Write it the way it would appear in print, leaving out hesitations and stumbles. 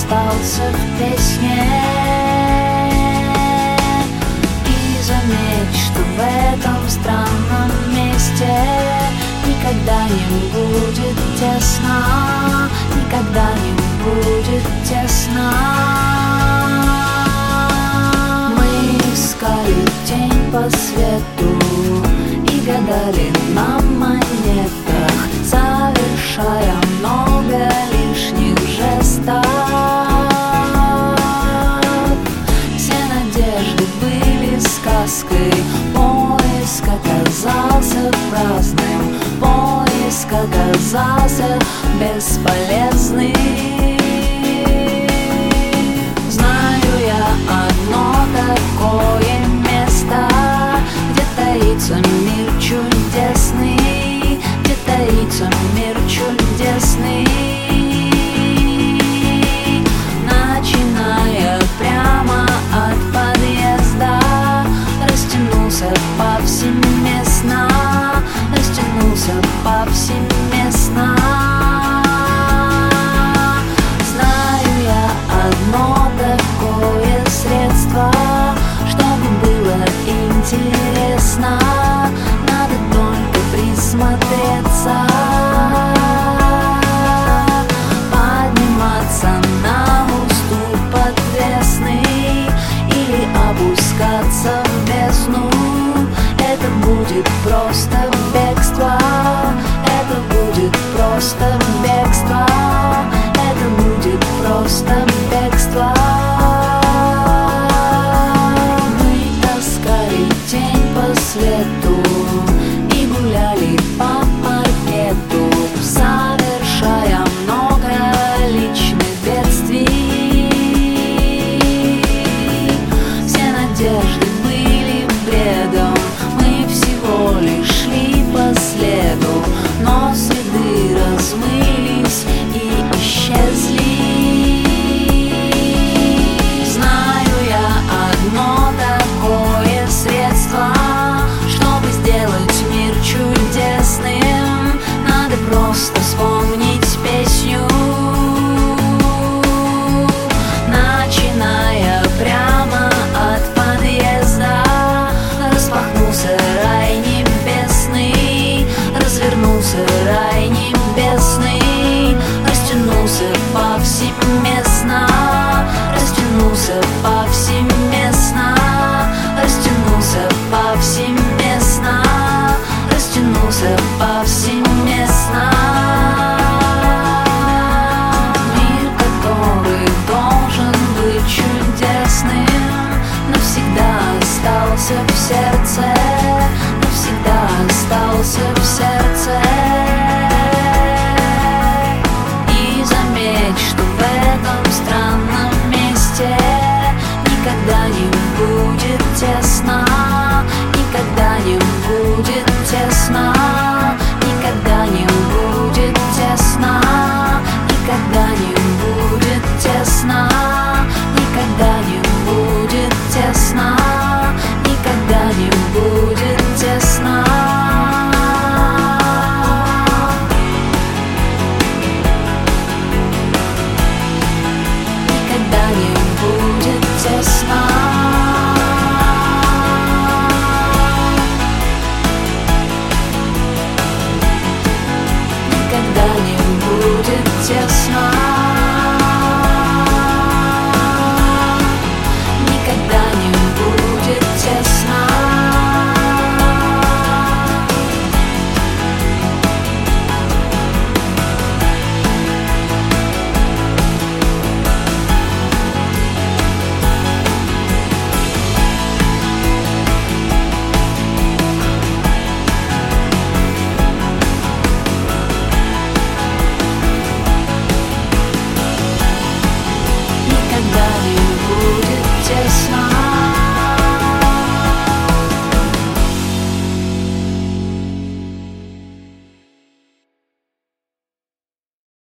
остался в песне. И заметь, что в этом странном месте никогда не будет тесно, никогда не будет тесно. Мы искали тень по свету и гадали на монетах, совершая много лишних жестов. Все надежды были сказкой, поиск оказался праздным, поиск оказался бесполезным. Знаю я одно такое место, где таится мир чудесный, где таится мир чудесный. Начиная прямо от подъезда, растянулся повсеместно, растянулся повсеместно. Знаю я одно такое средство, чтобы было интересно, надо только присмотреться. Подниматься на уступ отвесный или опускаться в бездну. Это будет просто бегство, это будет просто бегство, это будет просто бегство. Мы таскали тень по свету и гуляли по паркету, совершая много личных бедствий. Все надежды были бредом, мы всего лишь шли по следу, но следы размылись и исчезли. Знаю я одно такое средство, чтобы сделать мир чудесным, надо просто вспомнить песню. Начиная прямо от подъезда, распахнулся рай небесный, развернулся рай небесный, растянулся повсеместно, растянулся повсеместно, растянулся повсеместно, растянулся повсеместно. Мир, который должен быть чудесным, навсегда остался в сердце, навсегда остался в сердце. И заметь, что в этом странном месте никогда не будет тесно, никогда не будет тесно.